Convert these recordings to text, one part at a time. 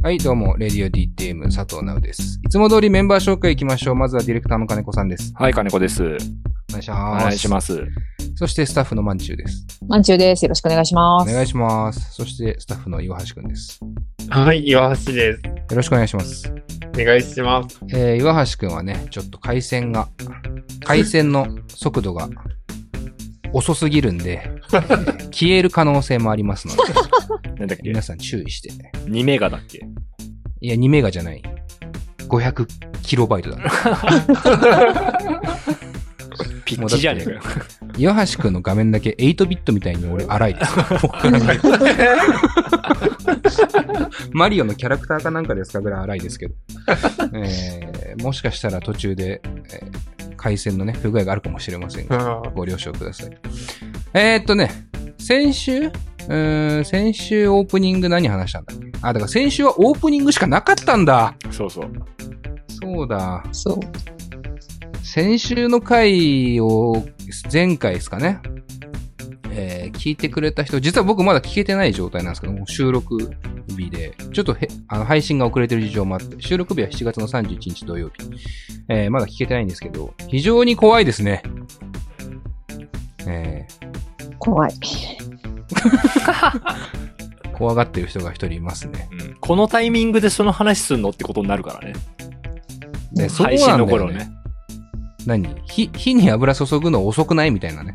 はい、どうも、レディオ DTM 佐藤直です。いつも通りメンバー紹介行きましょう。まずはディレクターの金子さんです。 はい、金子です。 お願いします。 お願いします。 そしてスタッフのまんちゅうです。 まんちゅうです。よろしくお願いします。 お願いします。そしてスタッフの岩橋くんです。 はい、岩橋です。 よろしくお願いします。 お願いします。 岩橋くんはね、ちょっと回線の速度が遅すぎるんで、消える可能性もありますので、 なんだっけ皆さん注意して。 2メガだっけいや、2メガじゃない。500キロバイトだ。 ピッチじゃねえかよ。 岩橋くんの画面だけ8ビットみたいに俺荒いです。マリオのキャラクターかなんかですかぐらい荒いですけど。もしかしたら途中で、回線のね、不具合があるかもしれませんが、ご了承ください。先週オープニング何話したんだっけ？だから先週はオープニングしかなかったんだ。 そうそう。 そうだ。 そう。 先週の回を、前回ですかね。聞いてくれた人、実は僕まだ聞けてない状態なんですけども、収録日で、ちょっと配信が遅れてる事情もあって、収録日は7月の31日土曜日。まだ聞けてないんですけど、非常に怖いですね。 怖い。 怖がってる人が一人いますね、 うん。このタイミングでその話すんのってことになるからね。 ね、そうなんだよね。配信の頃ね。火に油注ぐの遅くないみたいなね。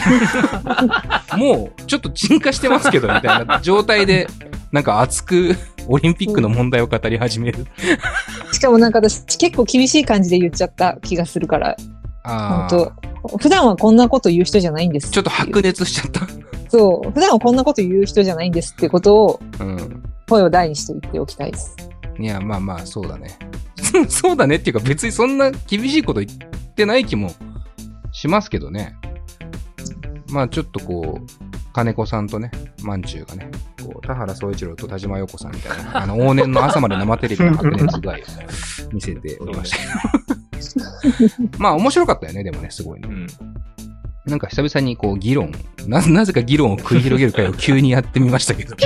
もう、ちょっと沈下してますけど、みたいな状態で、なんか熱くオリンピックの問題を語り始める。 しかもなんか私結構厳しい感じで言っちゃった気がするから。本当普段はこんなこと言う人じゃないんです。 ちょっと白熱しちゃった。 そう。普段はこんなこと言う人じゃないんですってことを、声を大にして言っておきたいです。 いや、まあまあ、そうだね。そうだねっていうか別にそんな厳しいこと言ってない気もしますけどね。まあちょっとこう、金子さんとね、まんちゅうがね、こう、田原総一郎と田島陽子さんみたいな、往年の朝まで生テレビの白熱具合を見せておりましたけど。まあ面白かったよね、でもね、すごいね。なんか久々にこう議論、なぜか議論を繰り広げる会を急にやってみましたけど。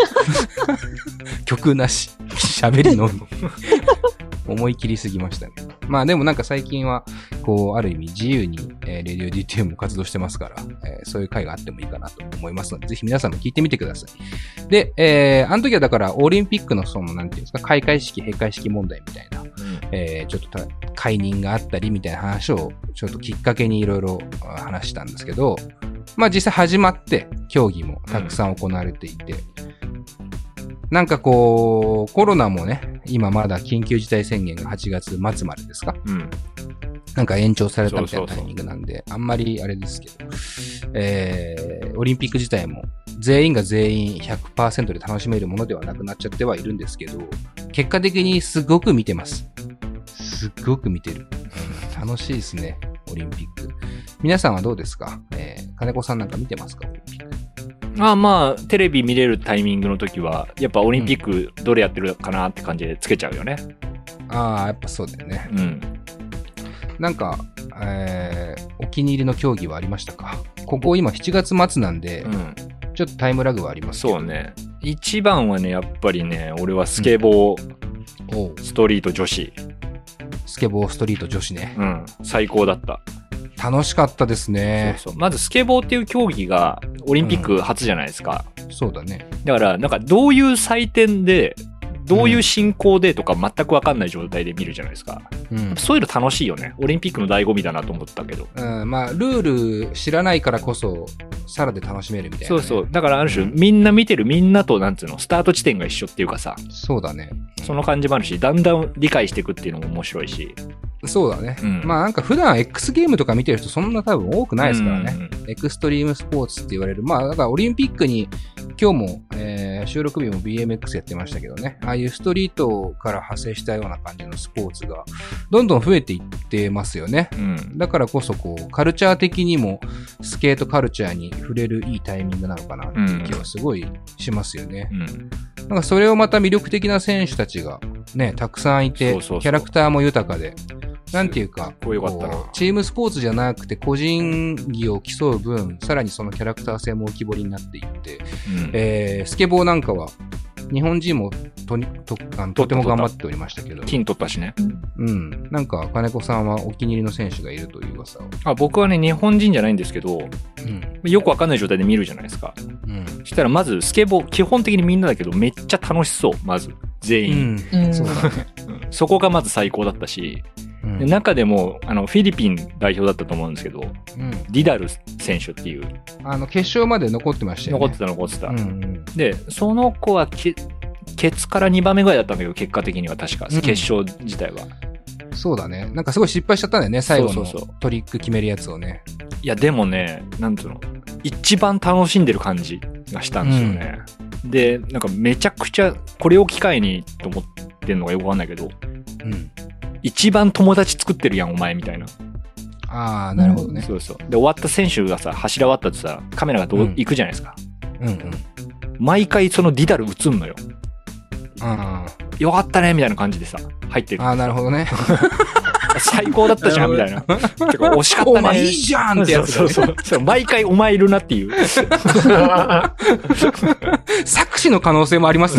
曲なし、喋りのみ。思い切りすぎましたね。まあでもなんか最近は、こう、ある意味自由に、レディオ DTM も活動してますから、そういう回があってもいいかなと思いますので、ぜひ皆さんも聞いてみてください。で、あの時はだからオリンピックのその、なんていうんですか、開会式、閉会式問題みたいな、ちょっと解任があったりみたいな話を、ちょっときっかけにいろいろ話したんですけど、まあ実際始まって、競技もたくさん行われていて、なんかこう、コロナもね、今まだ緊急事態宣言が8月末までですか？なんか延長されたみたいなタイミングなんで、あんまりあれですけど、オリンピック自体も全員が全員 100% で楽しめるものではなくなっちゃってはいるんですけど、結果的にすごく見てます。すっごく見てる。楽しいですね、オリンピック。皆さんはどうですか？金子さんなんか見てますか？オリンピック。 まあ、テレビ見れるタイミングの時は、やっぱオリンピックどれやってるかなって感じでつけちゃうよね。 やっぱそうだよね。なんか、お気に入りの競技はありましたか？ここ今7月末なんで、ちょっとタイムラグはありますけど。 そうね。一番はね、やっぱりね、俺はスケボー、ストリート女子。 スケボー、ストリート女子ね。 最高だった。 楽しかったですね。 そう。まずスケボーっていう競技がオリンピック初じゃないですか。 そうだね。 だからなんかどういう採点でどういう進行でとか全く分かんない状態で見るじゃないですか。そういうの楽しいよね。オリンピックの醍醐味だなと思ったけど。 まあルール知らないからこそさらで楽しめるみたいな、ね。 そう。だからある種、みんな見てるみんなとなんつうのスタート地点が一緒っていうかさ。 そうだね。 その感じもあるし、だんだん理解していくっていうのも面白いし。 そうだね。まあなんか普段 X ゲームとか見てる人そんな多分多くないですからね。エクストリームスポーツって言われる。まあだからオリンピックに今日も、収録日も BMX やってましたけどね。ああいうストリートから派生したような感じのスポーツがどんどん増えていってますよね。だからこそこうカルチャー的にもスケートカルチャーに触れるいいタイミングなのかなっていう気はすごいしますよね。なんかそれをまた魅力的な選手たちがね、たくさんいて、キャラクターも豊かで、なんていうか、チームスポーツじゃなくて個人技を競う分、さらにそのキャラクター性も浮き彫りになっていって、スケボーなんかは日本人もとても頑張っておりましたけど。 金取ったしね。 うん。なんか、金子さんはお気に入りの選手がいるという噂を。 僕はね、日本人じゃないんですけど、よくわかんない状態で見るじゃないですか。そしたらまずスケボー、基本的にみんなだけどめっちゃ楽しそう、まず。全員。 そうだね。 そこがまず最高だったし、で中でもフィリピン代表だったと思うんですけど、ディダル選手っていう。 決勝まで残ってましたよね。 残ってた。で、その子はケツから2番目ぐらいだったんだけど、結果的には確か、決勝自体は。 そうだね。なんかすごい失敗しちゃったんだよね、最後のトリック決めるやつをね。 いや、でもね、なんつうの、一番楽しんでる感じがしたんですよね。で、なんかめちゃくちゃ、これを機会にと思ってんのがよくわかんないけど、一番友達作ってるやん、お前、みたいな。 ああ、なるほどね。 そうそう。で、終わった選手がさ、走り終わったとさ、カメラが行くじゃないですか。毎回そのディダル映んのよ。よかったね、みたいな感じでさ、入ってる。 ああ、なるほどね。 最高だったじゃん、みたいな。惜しかったね。 お前いいじゃんってやつ。 そう。毎回お前いるなっていう。 作詞の可能性もありますね。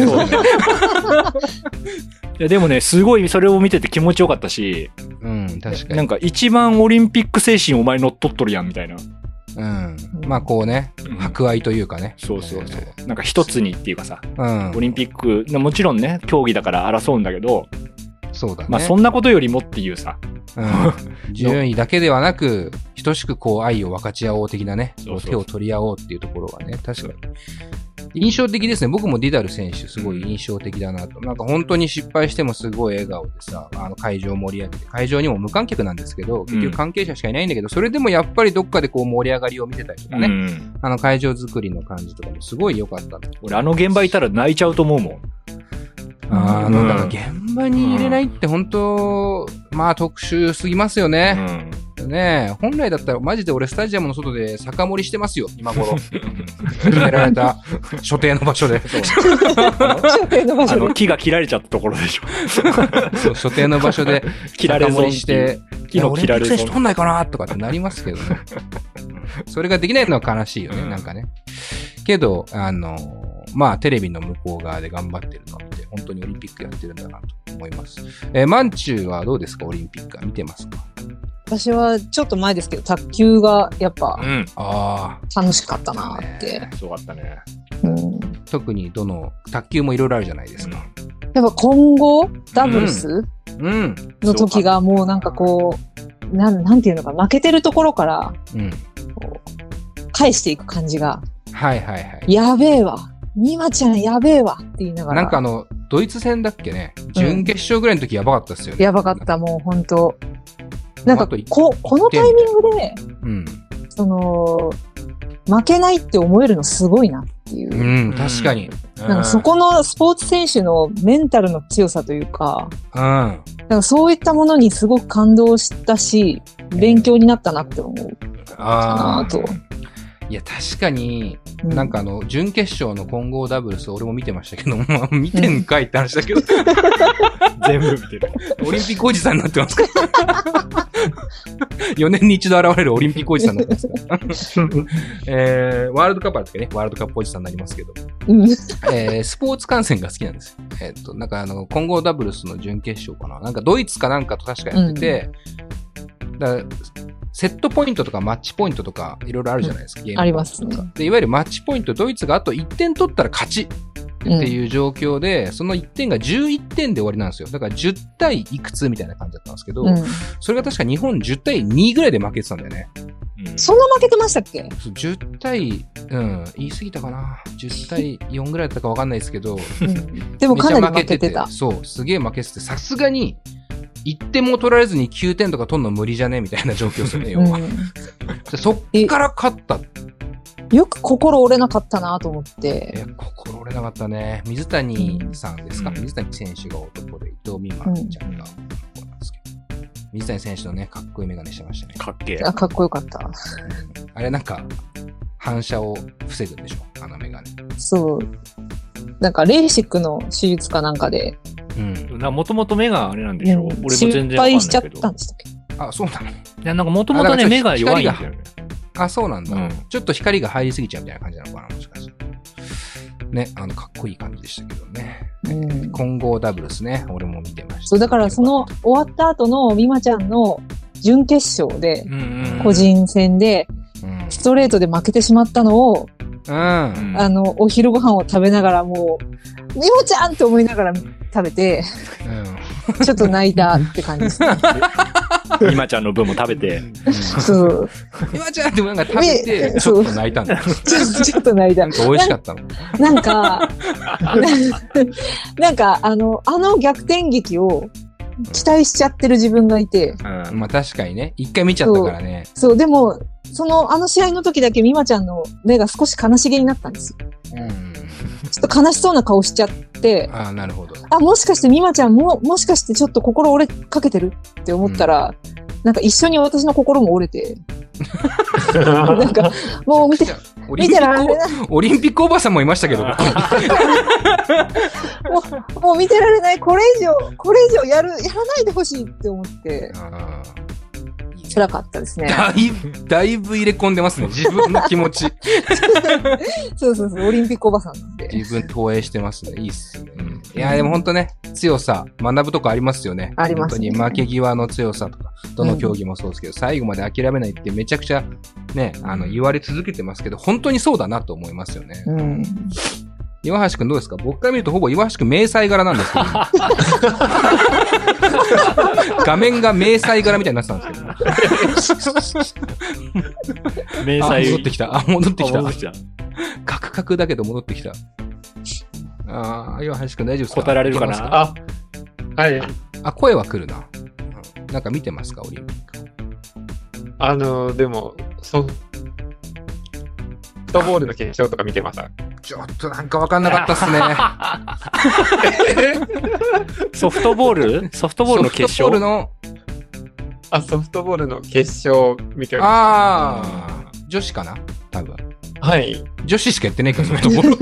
いやでもね、すごいそれを見てて気持ちよかったし、 確かに。 なんか一番オリンピック精神お前乗っ取っとるやんみたいな。 まあこうね、博愛というかね。 そう。なんか一つにっていうかさ、オリンピック、もちろんね、競技だから争うんだけど、 そうだね。 まあそんなことよりもっていうさ、 順位だけではなく、等しくこう愛を分かち合おう的なね、手を取り合おうっていうところはね、確かに。印象的ですね。僕もディダル選手すごい印象的だなと。なんか本当に失敗してもすごい笑顔でさ、会場を盛り上げて、会場にも無観客なんですけど、結局関係者しかいないんだけど、それでもやっぱりどっかでこう盛り上がりを見てたりとかね、会場作りの感じとかもすごい良かった。 俺現場いたら泣いちゃうと思うもん。 だから現場に入れないって本当、まあ特殊すぎますよね。ねえ、本来だったらマジで俺スタジアムの外で酒盛りしてますよ、今頃。決められた所定の場所で。 所定の場所で。 木が切られちゃったところでしょ。 そう、所定の場所で切られ盛りして、 木の切られ選手取んないかなとかってなりますけどね。それができないのは悲しいよね、なんかね。けど、まあ、テレビの向こう側で頑張ってるのを見て、本当にオリンピックやってるんだなと思います。マンチューはどうですか、オリンピックは見てますか？ 私はちょっと前ですけど、卓球がやっぱ、楽しかったなって。 すごかったね。 特に卓球もいろいろあるじゃないですか。 やっぱ混合ダブルスの時がもうなんかこう、なんていうのか、負けてるところから、返していく感じが。やべえわ。美誠ちゃんやべえわって言いながら。 なんかドイツ戦だっけね。準決勝ぐらいの時やばかったですよね。 やばかった、もう本当なんか、このタイミングで、負けないって思えるのすごいなっていう。 確かに。 なんかそこのスポーツ選手のメンタルの強さというか、なんかそういったものにすごく感動したし、勉強になったなって思う。かなと。 いや、確かに、なんか準決勝の混合ダブルス、俺も見てましたけど、まあ、見てんかいって話だけど。 全部見てる。 オリンピックおじさんになってますか4年に一度現れるオリンピックおじさんになってますかワールドカップある時ね、ワールドカップおじさんになりますけど。スポーツ観戦が好きなんですよ。なんか混合ダブルスの準決勝かな。なんかドイツかなんかと確かやってて、セットポイントとかマッチポイントとかいろいろあるじゃないですか、ゲーム。 ありますね。 で、いわゆるマッチポイント、ドイツがあと1点取ったら勝ちっていう状況で、その1点が11点で終わりなんですよ。だから10対いくつみたいな感じだったんですけど、それが確か日本10対2ぐらいで負けてたんだよね。 そんな負けてましたっけ ？10対、言い過ぎたかな。10対4ぐらいだったかわかんないですけど、 でもかなり負けてた。 そう、すげえ負けてて、さすがに、1点も取られずに9点とか取るの無理じゃねみたいな状況ですね、要は。そっから勝った。 よく心折れなかったなと思って。 心折れなかったね。水谷さんですか、水谷選手が男で、伊藤美誠ちゃんが男なんですけど。水谷選手のね、かっこいいメガネしてましたね。 かっけえ。 かっこよかった。 あれなんか、反射を防ぐんでしょ、あのメガネ。 そう。なんか、レーシックの手術かなんかで、 もともと目があれなんでしょ、俺も全然失敗しちゃったんでしたっけ？ あ、そうなの？いや、なんかもともとね、目が弱いんだよね。 あ、そうなんだ。ちょっと光が入りすぎちゃうみたいな感じなのかな、もしかして。 ね、かっこいい感じでしたけどね。混合ダブルスね、俺も見てました。 そう、だからその終わった後の美誠ちゃんの準決勝で、個人戦で、ストレートで負けてしまったのを、お昼ご飯を食べながらもう、美誠ちゃんって思いながら食べて、ちょっと泣いたって感じですね。 美誠ちゃんの分も食べて。 そう。 美誠ちゃんってなんか食べて、ちょっと泣いたんだ。 ちょっと泣いた。 なんか美味しかったの。 なんか、あの逆転劇を期待しちゃってる自分がいて。 まあ確かにね。一回見ちゃったからね。 そう、でも、あの試合の時だけ美誠ちゃんの目が少し悲しげになったんですよ。ちょっと悲しそうな顔しちゃって、 なるほど。 もしかして美誠ちゃんもしかしてちょっと心折れかけてるって思ったら、なんか一緒に私の心も折れて、なんか、もう見てられない。 オリンピックおばさんもいましたけど。 もう見てられない。これ以上やらないでほしいって思って。辛かったですね。 だいぶ入れ込んでますね。自分の気持ち。 そう、オリンピックおばさんなんで。 自分投影してますね。いいっすね。いや、でも本当ね、強さ、学ぶとこありますよね。 ありますね。 本当に負け際の強さとか、どの競技もそうですけど、最後まで諦めないってめちゃくちゃね、言われ続けてますけど、本当にそうだなと思いますよね。岩橋くんどうですか？僕から見るとほぼ岩橋くん迷彩柄なんですけど。画面が迷彩柄みたいになってたんですけど。 迷彩。 戻ってきた。カクカクだけど戻ってきた。岩橋くん大丈夫ですか？ 答えられるかな？ はい。 声は来るな。なんか見てますか？オリンピック。 でも、ソフトボールの決勝とか見てました。 ちょっとなんか分かんなかったっすね。 ソフトボールの決勝？ソフトボールの決勝見てました。 女子かな多分。 はい。 女子しかやってないからソフトボール。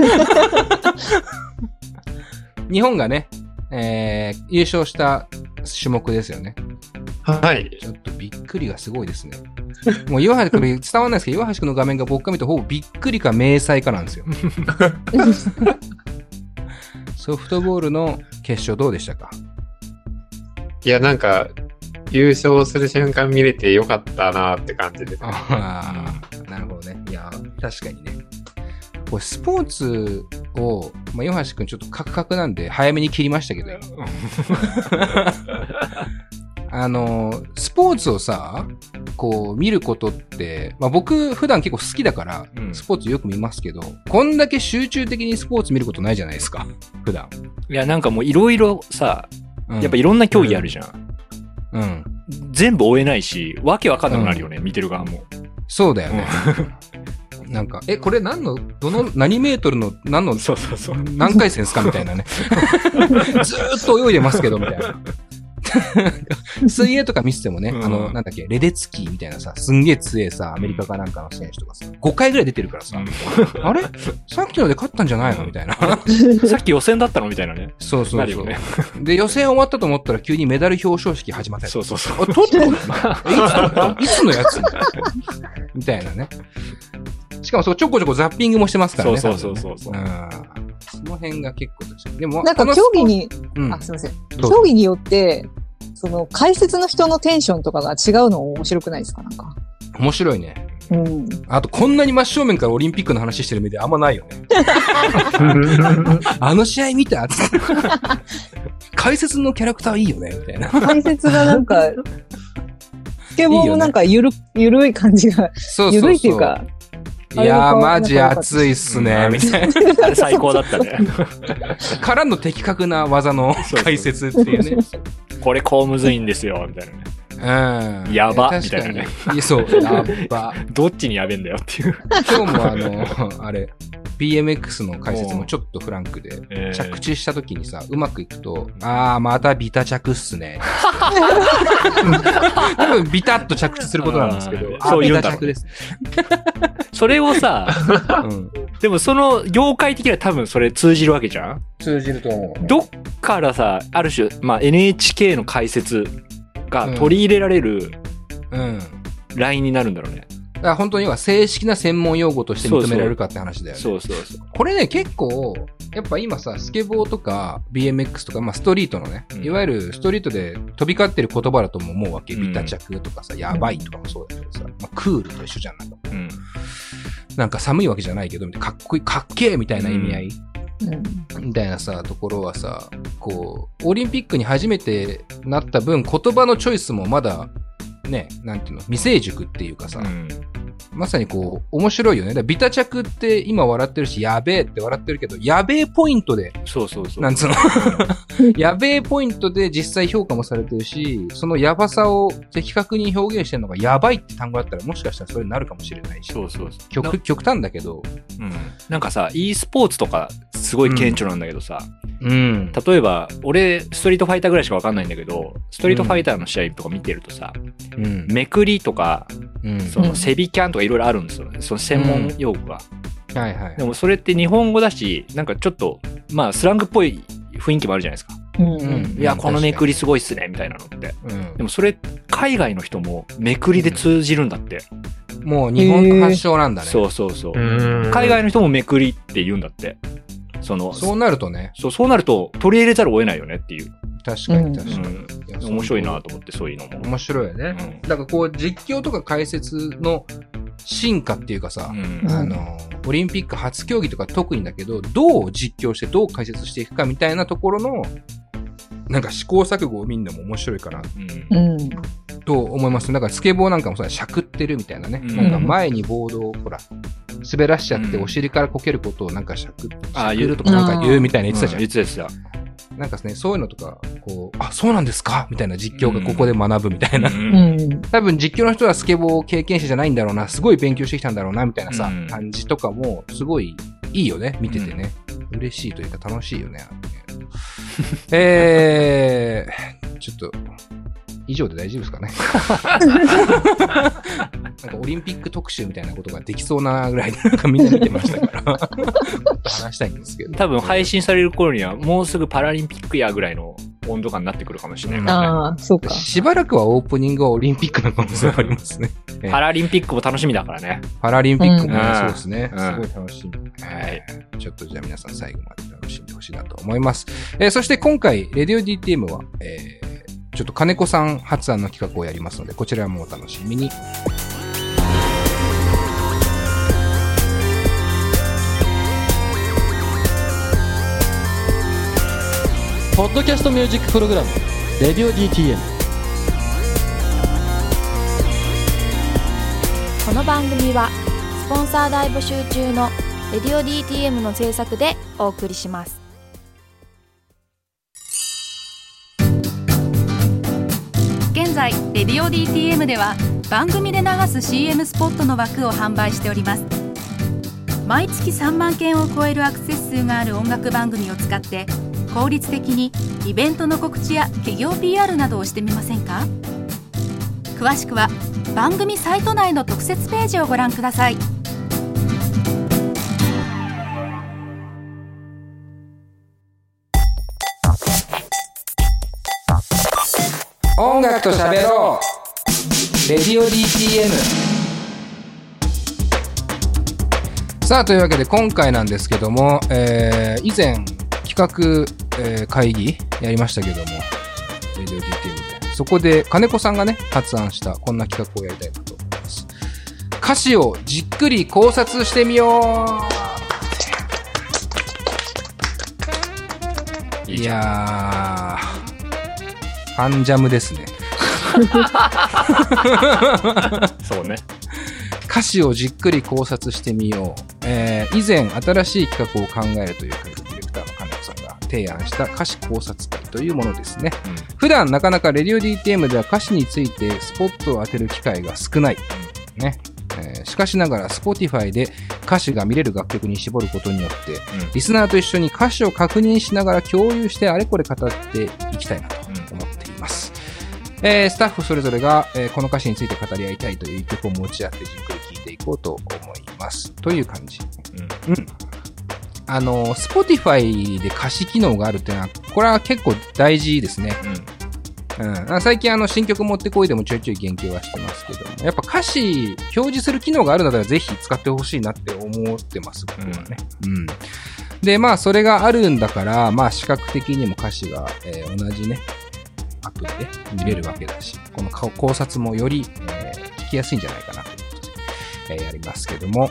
日本がね、優勝した種目ですよね。 はい。 ちょっとびっくりがすごいですね。もう岩橋くん伝わらないですけど、岩橋くんの画面が僕が見てほぼびっくりか迷彩かなんですよ。ソフトボールの決勝どうでしたか？ いや、なんか、優勝する瞬間見れてよかったなって感じです。 なるほどね。いや、確かにね。これスポーツを、岩橋くんちょっとカクカクなんで早めに切りましたけど。スポーツをさ、こう見ることって、僕普段結構好きだから、スポーツよく見ますけど、こんだけ集中的にスポーツ見ることないじゃないですか、普段。 いや、なんかもういろいろさ、やっぱいろんな競技あるじゃん。全部追えないし、わけわかんなくなるよね、見てる側も。 そうだよね。なんか、これ何メートルの、何回戦ですかみたいなね。ずーっと泳いでますけど、みたいな。水泳とか見せてもね、なんだっけ、レデツキーみたいなさ、すんげえ強えさ、アメリカかなんかの選手とかさ、5回ぐらい出てるからさ、あれさっきので勝ったんじゃないのみたいな。さっき予選だったのみたいなね。 そう。で、予選終わったと思ったら急にメダル表彰式始まったり。 そう。 取ったのいつのやつみたいなね。しかもちょこちょこザッピングもしてますからね。 そう。 その辺が結構でも、 なんか競技に、すみません。競技によって、解説の人のテンションとかが違うの面白くないですか？なんか。 面白いね。あと、こんなに真正面からオリンピックの話してる目であんまないよね。あの試合見た解説のキャラクターいいよねみたいな。 解説がなんか、スケボーもなんかゆるい感じが、ゆるいっていうか、 いやー、マジ熱いっすね、みたいな。 あれ最高だったね。 からの的確な技の解説っていうね。 これむずいんですよ、みたいなね。やば、みたいなね。 そう、やば。 どっちにやべえんだよっていう。 今日もあれ、BMX の解説もちょっとフランクで、着地した時にさ、うまくいくと、またビタ着っすね。多分ビタッと着地することなんですけど、 そういうビタ着です。 それをさ、でもその業界的には多分それ通じるわけじゃん？ 通じると思う。 どっからさ、ある種、NHK の解説が取り入れられるラインになるんだろうね。 から本当には正式な専門用語として認められるかって話だよね。 そう。 これね、結構、やっぱ今さ、スケボーとか BMX とか、まあストリートのね、いわゆるストリートで飛び交ってる言葉だとも思うわけ。ビタ着とかさ、やばいとかもそうだけどさ、まあ、クールと一緒じゃん。なんか寒いわけじゃないけど、かっこいい、かっけーみたいな意味合い。みたいなさ、ところはさ、こう、オリンピックに初めてなった分、言葉のチョイスもまだ、ね、なんていうの、未成熟っていうかさ、まさにこう、面白いよね。だからビタ着って今笑ってるし、やべえって笑ってるけど、やべえポイントで、なんつうのやべえポイントで実際評価もされてるし、そのやばさを的確に表現してるのがやばいって単語だったらもしかしたらそれになるかもしれないし。極端だけど。 なんかさ、e スポーツとかすごい顕著なんだけどさ、例えば、俺、ストリートファイターぐらいしかわかんないんだけど、ストリートファイターの試合とか見てるとさ、めくりとか、そのセビキャンとかいろいろあるんですよね。その専門用語が。でもそれって日本語だし、なんかちょっと、まあスラングっぽい雰囲気もあるじゃないですか。いや、このめくりすごいっすね、みたいなのって。でもそれ、海外の人もめくりで通じるんだって。 もう日本発祥なんだね。 そう。海外の人もめくりって言うんだって。 そうなるとね。 そうなると取り入れざるを得ないよねっていう。 確かに。 面白いなと思って、そういうのも。 面白いよね。だからこう、実況とか解説の進化っていうかさ、オリンピック初競技とか特にだけど、どう実況してどう解説していくかみたいなところの、なんか試行錯誤を見るのも面白いかな。と思います。だからスケボーなんかもさ、しゃくってるみたいなね。なんか前にボードを、ほら、滑らしちゃってお尻からこけることをなんかしゃくるとかなんか言うみたいな言ってたじゃん。 言ってた。 なんかね、そういうのとか、こう、あ、そうなんですかみたいな実況がここで学ぶみたいな。多分実況の人はスケボー経験者じゃないんだろうな、すごい勉強してきたんだろうな、みたいなさ、感じとかも、すごいいいよね、見ててね。嬉しいというか楽しいよね。ちょっと、以上で大丈夫ですかね。なんかオリンピック特集みたいなことができそうなぐらいで、なんかみんな見てましたから、ちょっと話したいんですけど。 多分配信される頃にはもうすぐパラリンピックやぐらいの温度感になってくるかもしれないからね。 ああ、そうか。 しばらくはオープニングはオリンピックの可能性がありますね。 パラリンピックも楽しみだからね。 パラリンピックもね、そうですね。すごい楽しみ。はい。ちょっとじゃあ皆さん最後まで楽しんでほしいなと思います。そして今回、レディオ DTM は、ちょっと金子さん発案の企画をやりますので、こちらもお楽しみに。 ポッドキャストミュージックプログラムレディオ DTM。 この番組はスポンサー大募集中のレディオ DTM の制作でお送りします。 現在レディオ DTM では番組で流す CM スポットの枠を販売しております。毎月3万件を超えるアクセス数がある音楽番組を使って効率的にイベントの告知や企業 PR などをしてみませんか？詳しくは番組サイト内の特設ページをご覧ください。 音楽と喋ろうレディオ DTM。 さあ、というわけで今回なんですけども、以前企画、会議やりましたけども、レディオ DTM でそこで金子さんがね発案したこんな企画をやりたいなと思います。歌詞をじっくり考察してみよう。いやー、ファンジャムですね。 そうね。 歌詞をじっくり考察してみよう。以前新しい企画を考えるというディレクターの金子さんが提案した歌詞考察会というものですね。普段なかなかレディオ DTM では歌詞についてスポットを当てる機会が少ない。ね。しかしながら Spotify で歌詞が見れる楽曲に絞ることによって、リスナーと一緒に歌詞を確認しながら共有してあれこれ語っていきたいなと思っています。スタッフそれぞれが、この歌詞について語り合いたいという一曲を持ち合ってじっくり聴いていこうと思いますという感じ。Spotify で歌詞機能があるっていうのはこれは結構大事ですね。最近新曲持ってこいでもちょいちょい言及はしてますけども、やっぱ歌詞表示する機能があるのではぜひ使ってほしいなって思ってます、僕はね。で、まあそれがあるんだから、まあ視覚的にも歌詞が、同じね、アプリで見れるわけだし、この考察もより、聞きやすいんじゃないかなということで、やりますけども。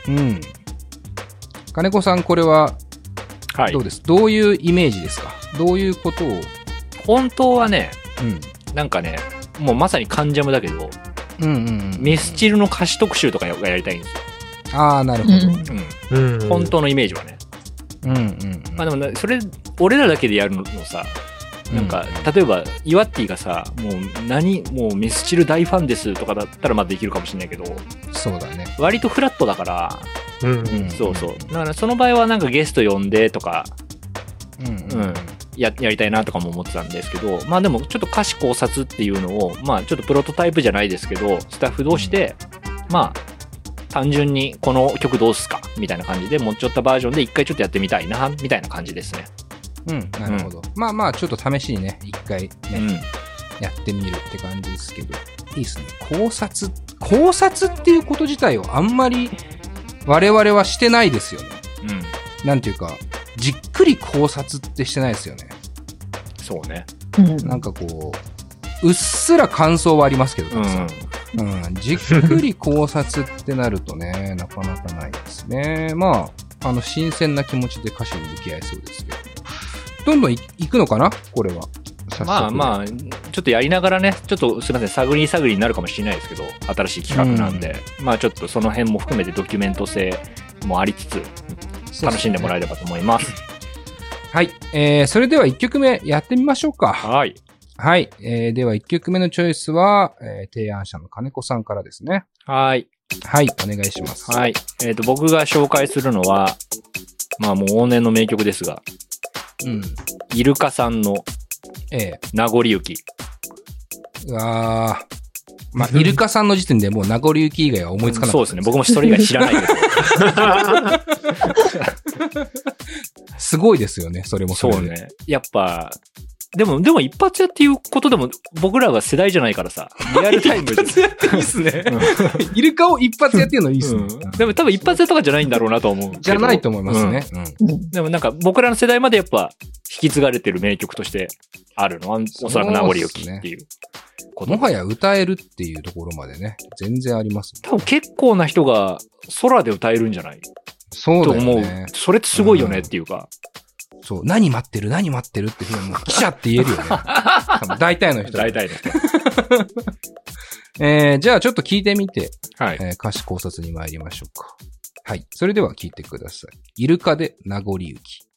金子さん、これは、どうです？どういうイメージですか？どういうことを？ 本当はね、なんかね、もうまさにカンジャムだけど、ミスチルの歌詞特集とかがやりたいんですよ。 ああ、なるほど。 本当のイメージはね。まあでもね、それ、俺らだけでやるのさ、なんか、例えば、イワッティがさ、もうミスチル大ファンですとかだったらまあできるかもしれないけど、 そうだね。 割とフラットだから、そうそう。だからその場合はなんかゲスト呼んでとか、やりたいなとかも思ってたんですけど、まあでもちょっと歌詞考察っていうのを、まあちょっとプロトタイプじゃないですけど、スタッフ同士で、まあ、単純にこの曲どうすかみたいな感じで持っちゃったバージョンで一回ちょっとやってみたいな、みたいな感じですね。 なるほど。まあまあ、ちょっと試しにね、一回ね、やってみるって感じですけど、いいですね。考察っていうこと自体をあんまり我々はしてないですよね。なんていうか、じっくり考察ってしてないですよね。 そうね。 なんかこう、うっすら感想はありますけど、じっくり考察ってなるとね、なかなかないですね。まあ、新鮮な気持ちで歌詞に向き合いそうですけど。どんどんいくのかなこれは。 まあまあ、ちょっとやりながらね、ちょっとすいません、探りになるかもしれないですけど、新しい企画なんで、まあちょっとその辺も含めてドキュメント性もありつつ、楽しんでもらえればと思います。 はい。それでは1曲目やってみましょうか。 はい。 はい。では1曲目のチョイスは、提案者の金子さんからですね。 はい。 はい。お願いします。 はい。僕が紹介するのは、まあもう往年の名曲ですが、イルカさんの、名残雪。 うわー。まあ、イルカさんの時点でもう名残雪以外は思いつかなかった、 そうですね。僕もそれ以外知らないです。 すごいですよね。それもそうね。やっぱ、でも一発屋っていうことでも僕らが世代じゃないからさ、リアルタイムで。 一発屋っていいっすね。イルカを一発屋っていうのいいっすね。 でも多分一発屋とかじゃないんだろうなと思う。 じゃないと思いますね。 でもなんか僕らの世代までやっぱ引き継がれてる名曲としてあるのはおそらく名残雪っていう。 もはや歌えるっていうところまでね、全然あります、ね。 多分結構な人が空で歌えるんじゃない？ そうだよね。 と思う。それってすごいよねっていうか。 そう。何待ってるっていうのも記者って言えるよね。大体の人。 大体の人。じゃあちょっと聞いてみて、 はい。 歌詞考察に参りましょうか。はい。それでは聞いてください。イルカで名残雪。